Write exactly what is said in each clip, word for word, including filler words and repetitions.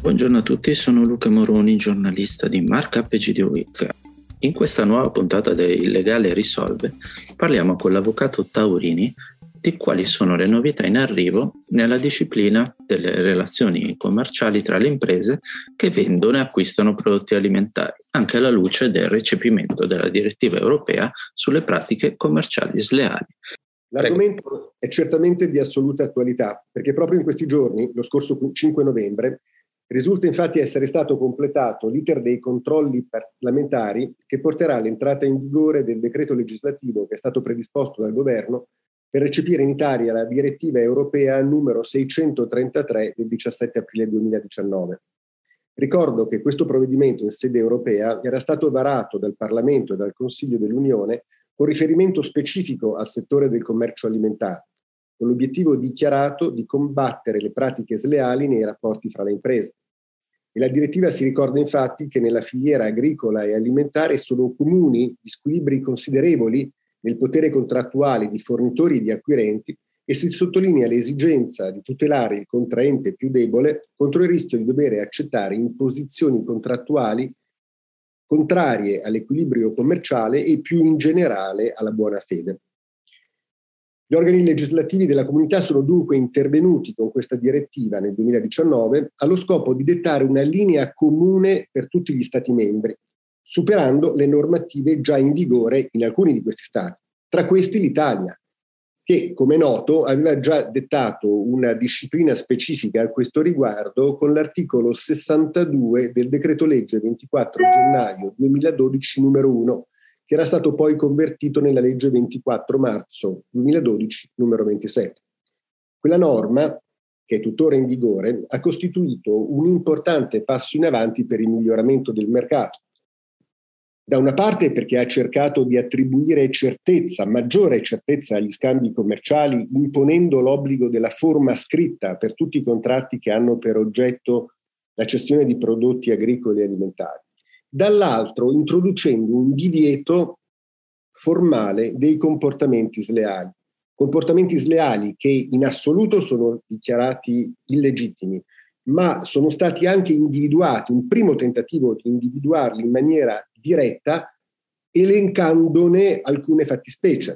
Buongiorno a tutti, sono Luca Moroni, giornalista di Markup e G D Week. In questa nuova puntata di Il Legale Risolve parliamo con l'avvocato Taurini di quali sono le novità in arrivo nella disciplina delle relazioni commerciali tra le imprese che vendono e acquistano prodotti alimentari, anche alla luce del recepimento della direttiva europea sulle pratiche commerciali sleali. L'argomento è certamente di assoluta attualità, perché proprio in questi giorni, lo scorso cinque novembre, risulta infatti essere stato completato l'iter dei controlli parlamentari che porterà all'entrata in vigore del decreto legislativo che è stato predisposto dal governo per recepire in Italia la direttiva europea numero seicentotrentatré del diciassette aprile duemiladiciannove. Ricordo che questo provvedimento in sede europea era stato varato dal Parlamento e dal Consiglio dell'Unione con riferimento specifico al settore del commercio alimentare, con l'obiettivo dichiarato di combattere le pratiche sleali nei rapporti fra le imprese. E la direttiva si ricorda infatti che nella filiera agricola e alimentare sono comuni squilibri considerevoli nel potere contrattuale di fornitori e di acquirenti e si sottolinea l'esigenza di tutelare il contraente più debole contro il rischio di dover accettare imposizioni contrattuali contrarie all'equilibrio commerciale e più in generale alla buona fede. Gli organi legislativi della comunità sono dunque intervenuti con questa direttiva nel duemiladiciannove allo scopo di dettare una linea comune per tutti gli Stati membri, superando le normative già in vigore in alcuni di questi Stati, tra questi l'Italia, che, come noto, aveva già dettato una disciplina specifica a questo riguardo con l'articolo sessantadue del decreto legge ventiquattro gennaio duemiladodici numero uno, che era stato poi convertito nella legge ventiquattro marzo duemiladodici numero ventisette. Quella norma, che è tuttora in vigore, ha costituito un importante passo in avanti per il miglioramento del mercato. Da una parte perché ha cercato di attribuire certezza, maggiore certezza agli scambi commerciali, imponendo l'obbligo della forma scritta per tutti i contratti che hanno per oggetto la cessione di prodotti agricoli e alimentari. Dall'altro introducendo un divieto formale dei comportamenti sleali. Comportamenti sleali che in assoluto sono dichiarati illegittimi, ma sono stati anche individuati, un primo tentativo di individuarli in maniera diretta, elencandone alcune fattispecie.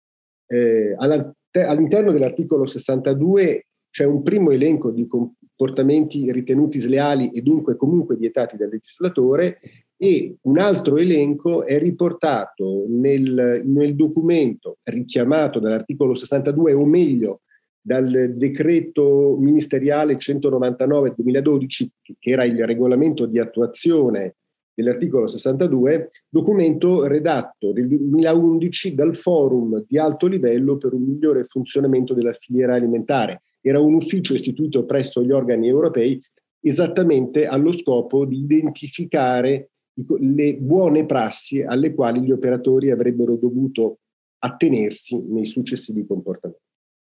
Eh, all'interno dell'articolo sessantadue c'è un primo elenco di comportamenti ritenuti sleali e dunque comunque vietati dal legislatore, e un altro elenco è riportato nel, nel documento richiamato dall'articolo sessantadue, o meglio dal decreto ministeriale centonovantanove del duemiladodici, che era il regolamento di attuazione dell'articolo sessantadue, documento redatto nel duemilaundici dal Forum di alto livello per un migliore funzionamento della filiera alimentare. Era un ufficio istituito presso gli organi europei esattamente allo scopo di identificare le buone prassi alle quali gli operatori avrebbero dovuto attenersi nei successivi comportamenti.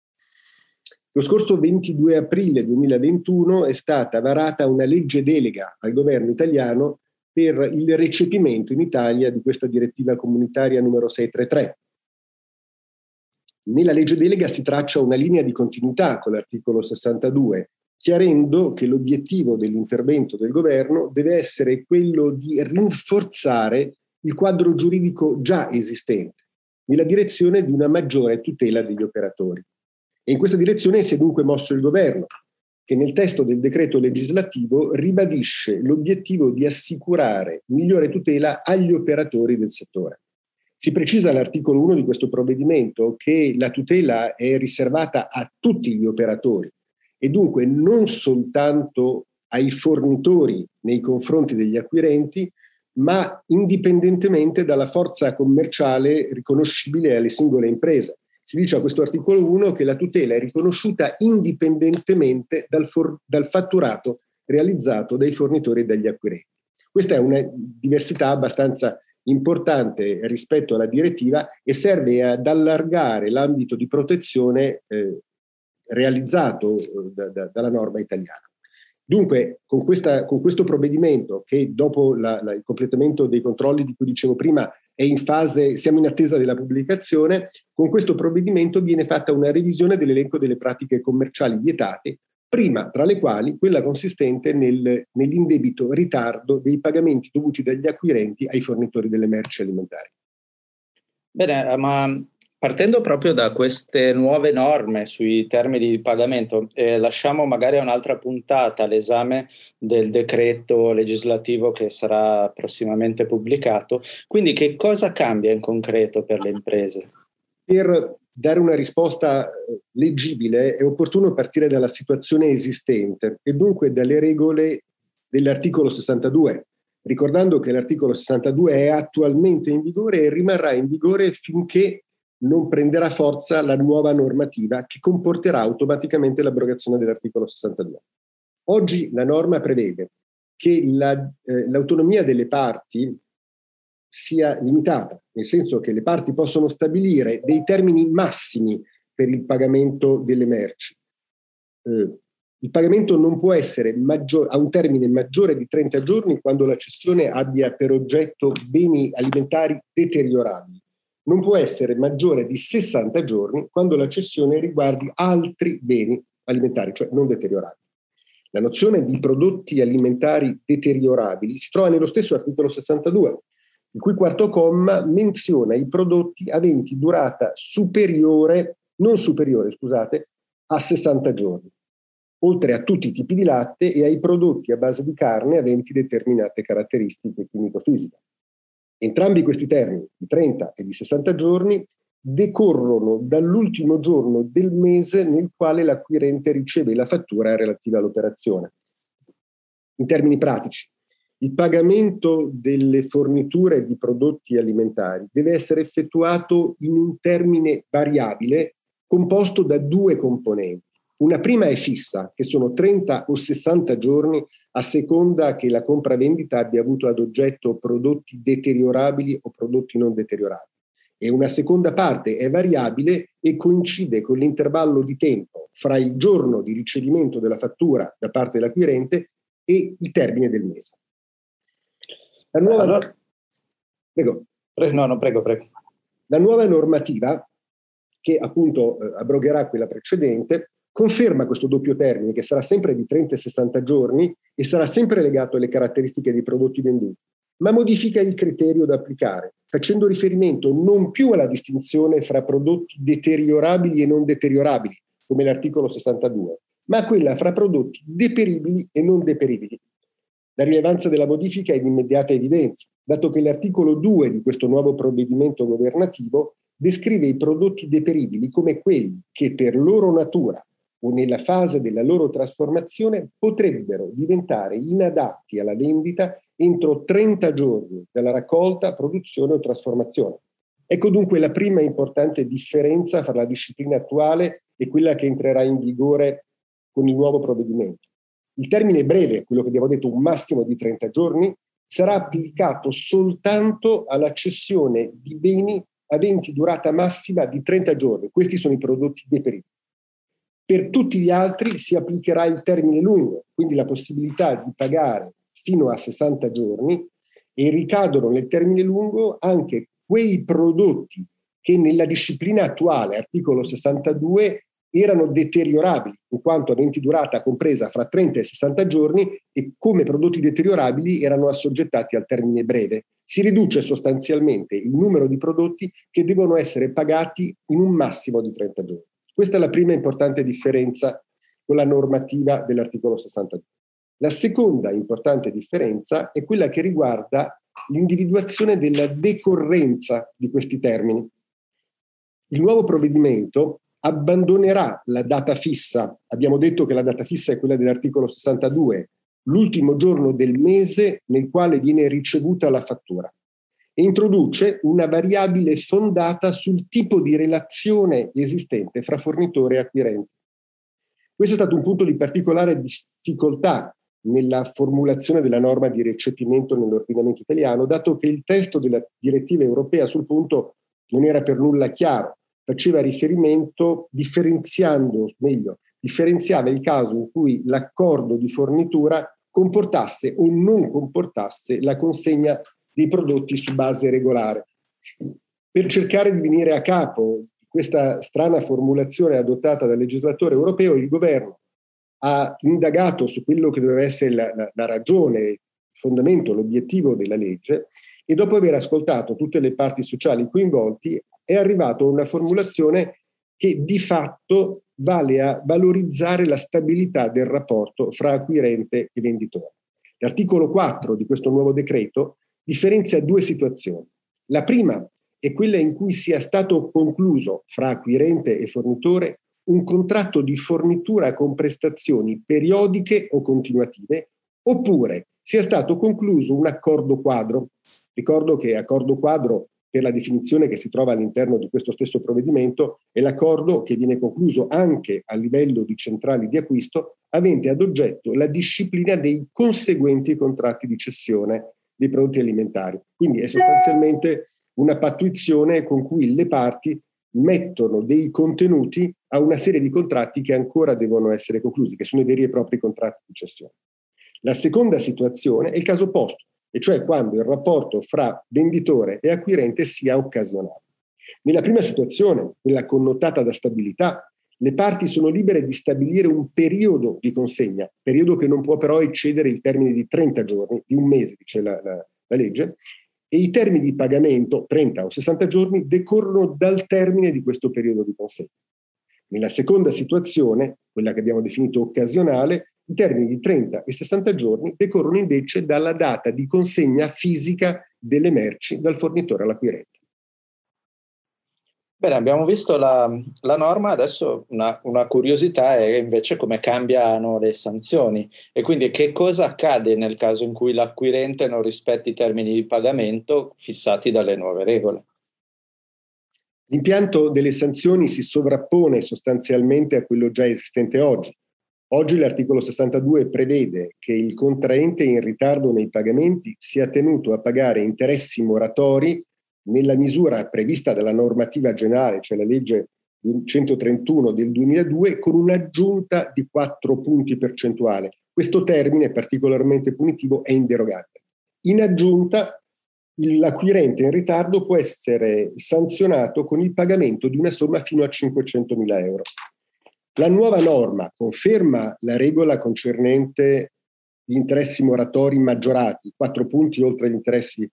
Lo scorso ventidue aprile duemilaventuno è stata varata una legge delega al governo italiano per il recepimento in Italia di questa direttiva comunitaria numero seicentotrentatré. Nella legge delega si traccia una linea di continuità con l'articolo sessantadue, chiarendo che l'obiettivo dell'intervento del governo deve essere quello di rinforzare il quadro giuridico già esistente, nella direzione di una maggiore tutela degli operatori. E in questa direzione si è dunque mosso il governo, che nel testo del decreto legislativo ribadisce l'obiettivo di assicurare migliore tutela agli operatori del settore. Si precisa all'articolo uno di questo provvedimento che la tutela è riservata a tutti gli operatori e dunque non soltanto ai fornitori nei confronti degli acquirenti, ma indipendentemente dalla forza commerciale riconoscibile alle singole imprese. Si dice a questo articolo uno che la tutela è riconosciuta indipendentemente dal, for- dal fatturato realizzato dai fornitori e dagli acquirenti. Questa è una diversità abbastanza importante rispetto alla direttiva e serve ad allargare l'ambito di protezione eh, realizzato da, da, dalla norma italiana. Dunque, con, questa, con questo provvedimento, che dopo la, la, il completamento dei controlli di cui dicevo prima è in fase, siamo in attesa della pubblicazione, con questo provvedimento viene fatta una revisione dell'elenco delle pratiche commerciali vietate, prima tra le quali quella consistente nel, nell'indebito ritardo dei pagamenti dovuti dagli acquirenti ai fornitori delle merci alimentari. Bene, ma partendo proprio da queste nuove norme sui termini di pagamento, eh, lasciamo magari a un'altra puntata l'esame del decreto legislativo che sarà prossimamente pubblicato. Quindi che cosa cambia in concreto per le imprese? Per dare una risposta leggibile è opportuno partire dalla situazione esistente e dunque dalle regole dell'articolo sessantadue, ricordando che l'articolo sessantadue è attualmente in vigore e rimarrà in vigore finché non prenderà forza la nuova normativa che comporterà automaticamente l'abrogazione dell'articolo sessantadue. Oggi la norma prevede che la, eh, l'autonomia delle parti sia limitata, nel senso che le parti possono stabilire dei termini massimi per il pagamento delle merci. Eh, il pagamento non può essere maggior, a un termine maggiore di trenta giorni quando la cessione abbia per oggetto beni alimentari deteriorabili. Non può essere maggiore di sessanta giorni quando la cessione riguardi altri beni alimentari, cioè non deteriorabili. La nozione di prodotti alimentari deteriorabili si trova nello stesso articolo sessantadue, il cui quarto comma menziona i prodotti aventi durata superiore, non superiore, scusate, a sessanta giorni, oltre a tutti i tipi di latte e ai prodotti a base di carne aventi determinate caratteristiche chimico-fisiche. Entrambi questi termini, di trenta e di sessanta giorni, decorrono dall'ultimo giorno del mese nel quale l'acquirente riceve la fattura relativa all'operazione. In termini pratici, il pagamento delle forniture di prodotti alimentari deve essere effettuato in un termine variabile composto da due componenti. Una prima è fissa, che sono trenta o sessanta giorni a seconda che la compravendita abbia avuto ad oggetto prodotti deteriorabili o prodotti non deteriorabili. E una seconda parte è variabile e coincide con l'intervallo di tempo fra il giorno di ricevimento della fattura da parte dell'acquirente e il termine del mese. La nuova, allora, prego. Prego, no, no, prego, prego. La nuova normativa, che appunto eh, abrogherà quella precedente, conferma questo doppio termine che sarà sempre di trenta e sessanta giorni e sarà sempre legato alle caratteristiche dei prodotti venduti, ma modifica il criterio da applicare, facendo riferimento non più alla distinzione fra prodotti deteriorabili e non deteriorabili, come l'articolo sessantadue, ma a quella fra prodotti deperibili e non deperibili. La rilevanza della modifica è di immediata evidenza, dato che l'articolo due di questo nuovo provvedimento governativo descrive i prodotti deperibili come quelli che per loro natura o nella fase della loro trasformazione potrebbero diventare inadatti alla vendita entro trenta giorni dalla raccolta, produzione o trasformazione. Ecco dunque la prima importante differenza fra la disciplina attuale e quella che entrerà in vigore con il nuovo provvedimento. Il termine breve, quello che abbiamo detto un massimo di trenta giorni, sarà applicato soltanto alla cessione di beni aventi durata massima di trenta giorni. Questi sono i prodotti deperibili. Per tutti gli altri si applicherà il termine lungo, quindi la possibilità di pagare fino a sessanta giorni, e ricadono nel termine lungo anche quei prodotti che nella disciplina attuale, articolo sessantadue, erano deteriorabili, in quanto aventi durata compresa fra trenta e sessanta giorni e come prodotti deteriorabili erano assoggettati al termine breve. Si riduce sostanzialmente il numero di prodotti che devono essere pagati in un massimo di trenta giorni. Questa è la prima importante differenza con la normativa dell'articolo sessantadue. La seconda importante differenza è quella che riguarda l'individuazione della decorrenza di questi termini. Il nuovo provvedimento abbandonerà la data fissa, abbiamo detto che la data fissa è quella dell'articolo sessantadue, l'ultimo giorno del mese nel quale viene ricevuta la fattura, e introduce una variabile fondata sul tipo di relazione esistente fra fornitore e acquirente. Questo è stato un punto di particolare difficoltà nella formulazione della norma di recepimento nell'ordinamento italiano, dato che il testo della direttiva europea sul punto non era per nulla chiaro. Faceva riferimento, differenziando, meglio, differenziava il caso in cui l'accordo di fornitura comportasse o non comportasse la consegna dei prodotti su base regolare. Per cercare di venire a capo di questa strana formulazione adottata dal legislatore europeo, il governo, ha indagato su quello che doveva essere la, la, la ragione, il fondamento, l'obiettivo della legge, e dopo aver ascoltato tutte le parti sociali coinvolti è arrivato a una formulazione che di fatto vale a valorizzare la stabilità del rapporto fra acquirente e venditore. L'articolo quattro di questo nuovo decreto differenzia due situazioni. La prima è quella in cui sia stato concluso fra acquirente e fornitore un contratto di fornitura con prestazioni periodiche o continuative, oppure sia stato concluso un accordo quadro. Ricordo che accordo quadro, per la definizione che si trova all'interno di questo stesso provvedimento, è l'accordo che viene concluso anche a livello di centrali di acquisto, avente ad oggetto la disciplina dei conseguenti contratti di cessione dei prodotti alimentari. Quindi è sostanzialmente una pattuizione con cui le parti mettono dei contenuti a una serie di contratti che ancora devono essere conclusi, che sono i veri e propri contratti di cessione. La seconda situazione è il caso opposto, e cioè quando il rapporto fra venditore e acquirente sia occasionale. Nella prima situazione, quella connotata da stabilità, le parti sono libere di stabilire un periodo di consegna, periodo che non può però eccedere il termine di trenta giorni, di un mese, dice la, la, la legge, e i termini di pagamento, trenta o sessanta giorni, decorrono dal termine di questo periodo di consegna. Nella seconda situazione, quella che abbiamo definito occasionale, i termini di trenta e sessanta giorni decorrono invece dalla data di consegna fisica delle merci dal fornitore all'acquirente. Bene, abbiamo visto la, la norma, adesso una, una curiosità è invece come cambiano le sanzioni e quindi che cosa accade nel caso in cui l'acquirente non rispetti i termini di pagamento fissati dalle nuove regole. L'impianto delle sanzioni si sovrappone sostanzialmente a quello già esistente oggi. Oggi l'articolo sessantadue prevede che il contraente in ritardo nei pagamenti sia tenuto a pagare interessi moratori nella misura prevista dalla normativa generale, cioè la legge centotrentuno del duemiladue, con un'aggiunta di quattro punti percentuali. Questo termine particolarmente punitivo è inderogabile. In aggiunta, l'acquirente in ritardo può essere sanzionato con il pagamento di una somma fino a cinquecentomila euro. La nuova norma conferma la regola concernente gli interessi moratori maggiorati, quattro punti oltre gli interessi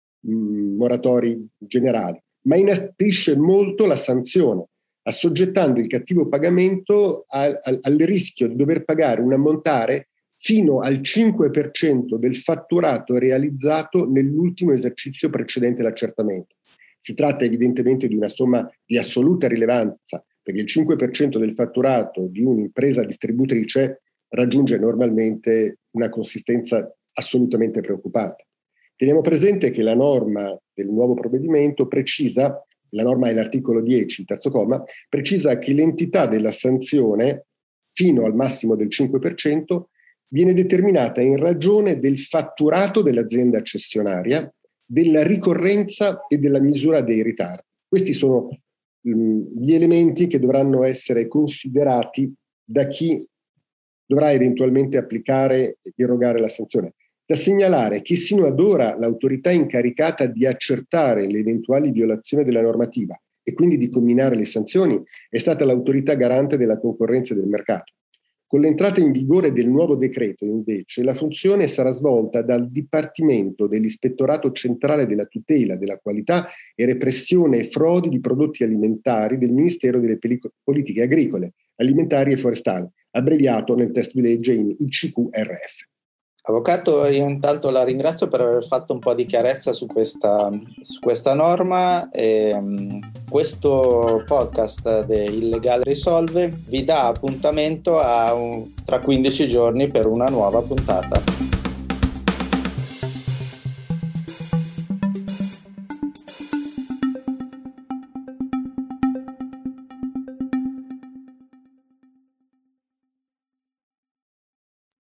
mh, moratori generali, ma inasprisce molto la sanzione, assoggettando il cattivo pagamento al, al, al rischio di dover pagare un ammontare fino al cinque per cento del fatturato realizzato nell'ultimo esercizio precedente l'accertamento. Si tratta evidentemente di una somma di assoluta rilevanza, perché il cinque per cento del fatturato di un'impresa distributrice raggiunge normalmente una consistenza assolutamente preoccupante. Teniamo presente che la norma del nuovo provvedimento precisa, la norma è l'articolo dieci, il terzo comma, precisa che l'entità della sanzione, fino al massimo del cinque per cento, viene determinata in ragione del fatturato dell'azienda cessionaria, della ricorrenza e della misura dei ritardi. Questi sono gli elementi che dovranno essere considerati da chi dovrà eventualmente applicare e erogare la sanzione. Da segnalare che sino ad ora l'autorità incaricata di accertare le eventuali violazioni della normativa e quindi di comminare le sanzioni è stata l'autorità garante della concorrenza e del mercato. Con l'entrata in vigore del nuovo decreto, invece, la funzione sarà svolta dal Dipartimento dell'Ispettorato Centrale della Tutela della Qualità e Repressione e Frodi di Prodotti Alimentari del Ministero delle Politiche Agricole, Alimentari e Forestali, abbreviato nel testo di legge in I C Q R F. Avvocato, io intanto la ringrazio per aver fatto un po' di chiarezza su questa, su questa norma. E, um, questo podcast de Il Legale Risolve vi dà appuntamento a un, tra quindici giorni per una nuova puntata.